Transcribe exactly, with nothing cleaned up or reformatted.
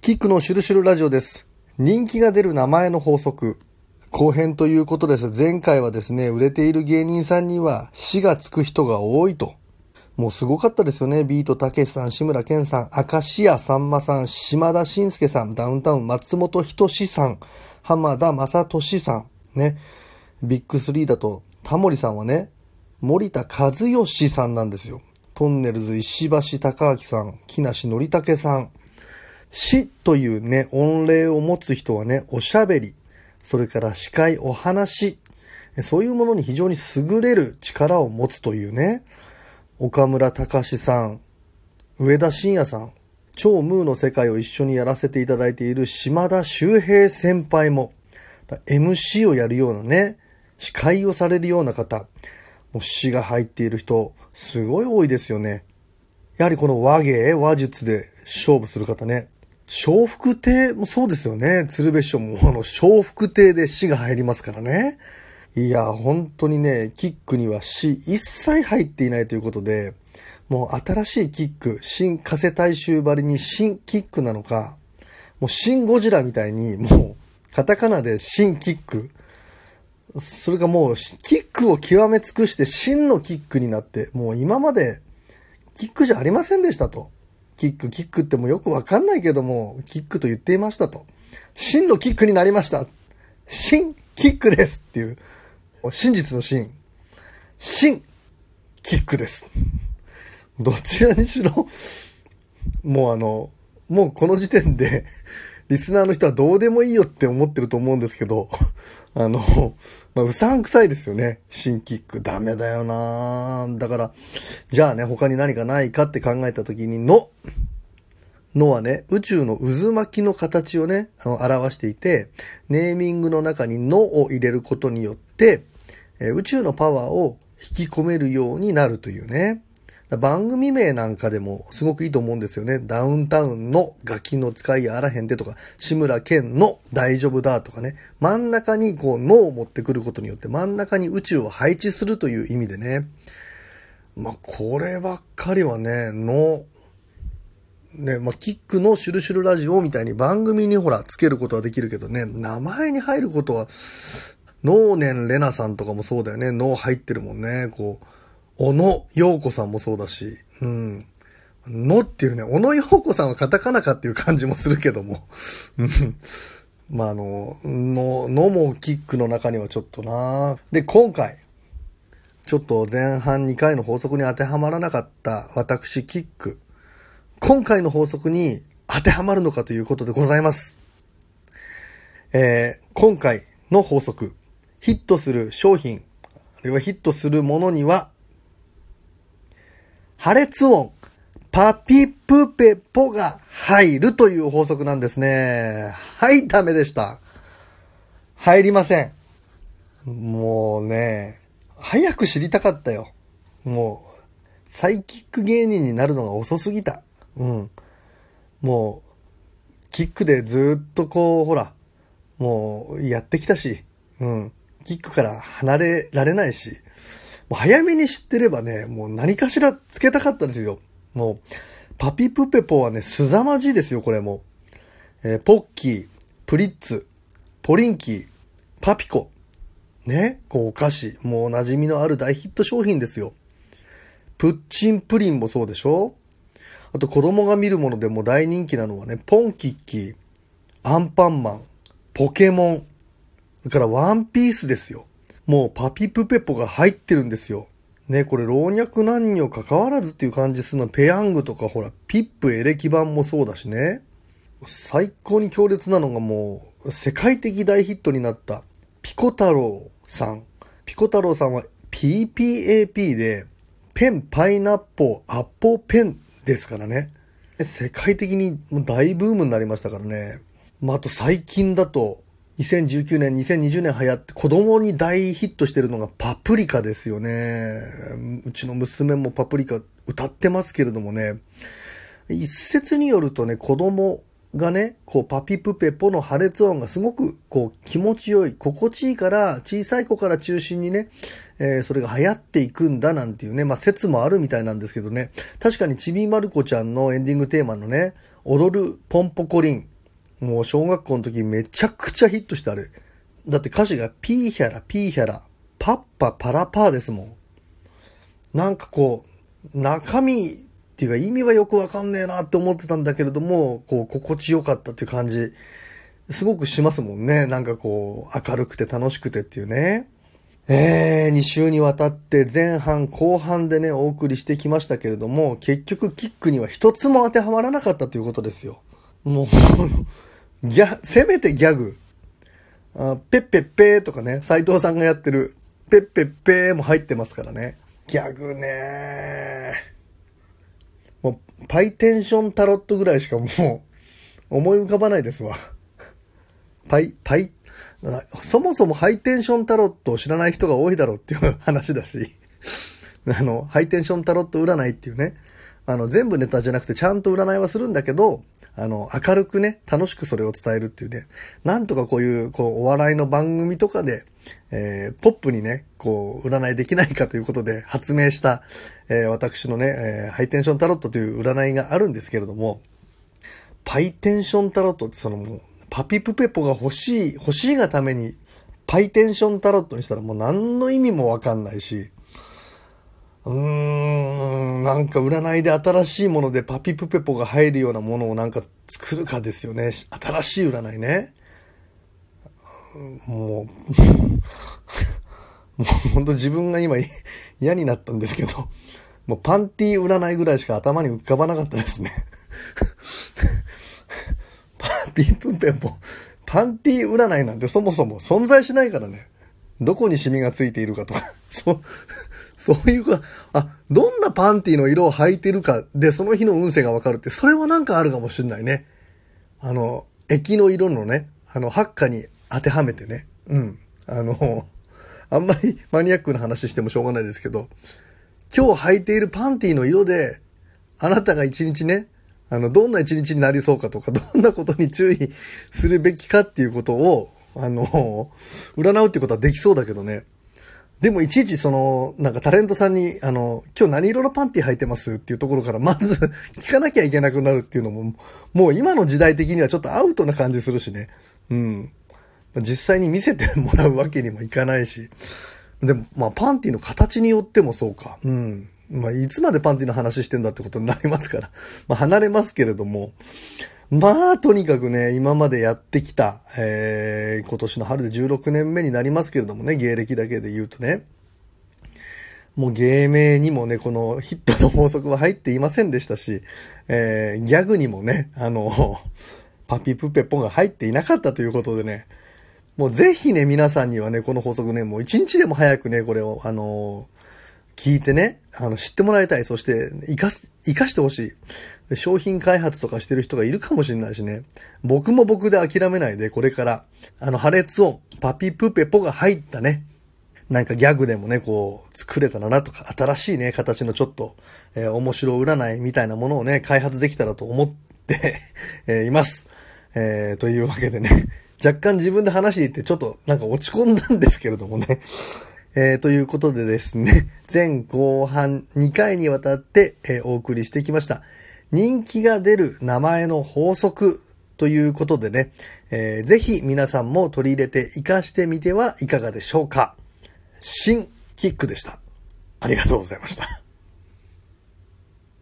キックのシュルシュルラジオです。人気が出る名前の法則。後編ということです。前回はですね、売れている芸人さんには死がつく人が多いと。もうすごかったですよね。ビートたけしさん、志村けんさん、明石家さんまさん、島田紳介さん、ダウンタウン松本人志さん、浜田雅俊さん、ね。ビッグスリーだと、タモリさんはね、森田和義さんなんですよ。トンネルズ石橋貴明さん、木梨憲武さん。死というね、音霊を持つ人はね、おしゃべり、それから司会、お話、そういうものに非常に優れる力を持つというね、岡村隆史さん、上田晋也さん、超ムーの世界を一緒にやらせていただいている島田秀平先輩も、エムシー をやるようなね、司会をされるような方、もう死が入っている人、すごい多いですよね。やはりこの話芸、話術で勝負する方ね。笑福亭もそうですよね。鶴瓶師匠もあの笑福亭で死が入りますからね。いや、本当にね、キックには死一切入っていないということで、もう新しいキック、新加瀬大衆ばりに新キックなのか、もう新ゴジラみたいにもうカタカナで新キック、それがもうキックを極め尽くして真のキックになって、もう今までキックじゃありませんでしたと。キック、キックってもうよくわかんないけども、キックと言っていましたと。真のキックになりました。真キックですっていう。真実の真。真キックです。どちらにしろ、もうあの、もうこの時点で、リスナーの人はどうでもいいよって思ってると思うんですけど、あの、まあ、うさんくさいですよね。新キック。ダメだよな。だから、じゃあね、他に何かないかって考えたときに、の。のはね、宇宙の渦巻きの形をね、あの表していて、ネーミングの中にのを入れることによって、えー、宇宙のパワーを引き込めるようになるというね。番組名なんかでもすごくいいと思うんですよね。ダウンタウンのガキの使いあらへんでとか、志村けんの大丈夫だとかね。真ん中にこう、のを持ってくることによって真ん中に宇宙を配置するという意味でね。まあ、こればっかりはね、の、ね、まあ、キックのシュルシュルラジオみたいに番組にほら、つけることはできるけどね、名前に入ることは、能年レナさんとかもそうだよね。の入ってるもんね。こう、小野陽子さんもそうだし、うん。のっていうね、小野陽子さんはカタカナかっていう感じもするけども。まあ、あの、の、のもキックの中にはちょっとな。で、今回、ちょっと前半にかいの法則に当てはまらなかった私キック。今回の法則に当てはまるのかということでございます。えー、今回の法則。ヒットする商品、あるいはヒットするものには、破裂音、パピプペポが入るという法則なんですね。はい、ダメでした。入りません。もうね、早く知りたかったよ。もう、サイキック芸人になるのが遅すぎた。うん。もう、キックでずっとこう、ほら、もうやってきたし、うん。キックから離れられないし、もう早めに知ってればね、もう何かしらつけたかったですよ。もう、パピプペポはね、すざまじいですよ、これも。えー、ポッキー、プリッツ、ポリンキー、パピコ。ね、こうお菓子、もう馴染みのある大ヒット商品ですよ。プッチンプリンもそうでしょ？あと子供が見るものでも大人気なのはね、ポンキッキー、アンパンマン、ポケモン、それからワンピースですよ。もうパピプペポが入ってるんですよ。ね、これ老若男女関わらずっていう感じするの。ペヤングとかほら、ピップエレキ版もそうだしね。最高に強烈なのがもう、世界的大ヒットになったピコ太郎さん。ピコ太郎さんは ピーピーエーピー で、ペン、パイナッポー、アッポーペンですからね。世界的に大ブームになりましたからね。まあ、あと最近だと、にせんじゅうきゅうねん、にせんにじゅうねん流行って子供に大ヒットしてるのがパプリカですよね。うちの娘もパプリカ歌ってますけれどもね。一説によるとね、子供がね、こうパピプペポの破裂音がすごくこう気持ちよい、心地いいから小さい子から中心にね、えー、それが流行っていくんだなんていうね、まあ説もあるみたいなんですけどね。確かにちびまる子ちゃんのエンディングテーマのね、踊るポンポコリン。 もう小学校の時めちゃくちゃヒットしてある。だって歌詞がピーヒャラピーヒャラパッパパラパーですもん。なんかこう中身っていうか意味はよくわかんねえなって思ってたんだけれども、こう心地よかったっていう感じすごくしますもんね。なんかこう明るくて楽しくてっていうね。えー、に週にわたって前半後半でねお送りしてきましたけれども、結局キックには一つも当てはまらなかったということですよ。もうギャせめてギャグ、あペッペッペーとかね、斉藤さんがやってるペッペッペーも入ってますからね。ギャグねー、もうパイテンションタロットぐらいしかもう思い浮かばないですわ。パイパイそもそもハイテンションタロットを知らない人が多いだろうっていう話だしあのハイテンションタロット占いっていうね、あの全部ネタじゃなくてちゃんと占いはするんだけど、あの明るくね楽しくそれを伝えるっていうね、なんとかこういうこうお笑いの番組とかで、えー、ポップにねこう占いできないかということで発明した、えー、私のね、えー、ハイテンションタロットという占いがあるんですけれども、パイテンションタロットってそのもうパピプペポが欲しい欲しいがためにパイテンションタロットにしたらもう何の意味もわかんないし、うーんなんか占いで新しいものでパピプペポが入るようなものをなんか作るかですよね。新しい占いね。もうもう本当自分が今嫌になったんですけど、もうパンティー占いぐらいしか頭に浮かばなかったですね。パピプペポパンティー占いなんてそもそも存在しないからね。どこにシミがついているかとかそうそういうか、あ、どんなパンティの色を履いてるかでその日の運勢がわかるって、それはなんかあるかもしれないね。あの液の色のね、あのハッカに当てはめてね、うん、あのあんまりマニアックな話してもしょうがないですけど、今日履いているパンティの色であなたが一日ね、あのどんな一日になりそうかとか、どんなことに注意するべきかっていうことをあの占うっていうことはできそうだけどね。でもいちいちそのなんかタレントさんにあの今日何色のパンティ履いてますっていうところからまず聞かなきゃいけなくなるっていうのももう今の時代的にはちょっとアウトな感じするしね。うん。実際に見せてもらうわけにもいかないし。でもまあパンティの形によってもそうか。うん。まあいつまでパンティの話してんだってことになりますから。まあ離れますけれども。まあとにかくね、今までやってきた、えー、今年の春でじゅうろくねんめになりますけれどもね、芸歴だけで言うとね。もう芸名にもね、このヒットの法則は入っていませんでしたし、えー、ギャグにもね、あの、パピプペポが入っていなかったということでね、もうぜひね、皆さんにはね、この法則ね、もう一日でも早くね、これを、あのー、聞いてね、あの、知ってもらいたい。そして、活かす、活かしてほしい。商品開発とかしてる人がいるかもしれないしね。僕も僕で諦めないで、これから、あの、破裂音、パピプペポが入ったね、なんかギャグでもね、こう、作れたらなとか、新しいね、形のちょっと、えー、面白占いみたいなものをね、開発できたらと思ってえー、います。えー、というわけでね、若干自分で話していて、ちょっとなんか落ち込んだんですけれどもね。えー、ということでですね、前後半にかいにわたって、えー、お送りしてきました。人気が出る名前の法則ということでね、えー、ぜひ皆さんも取り入れて活かしてみてはいかがでしょうか。新キックでした。ありがとうございました。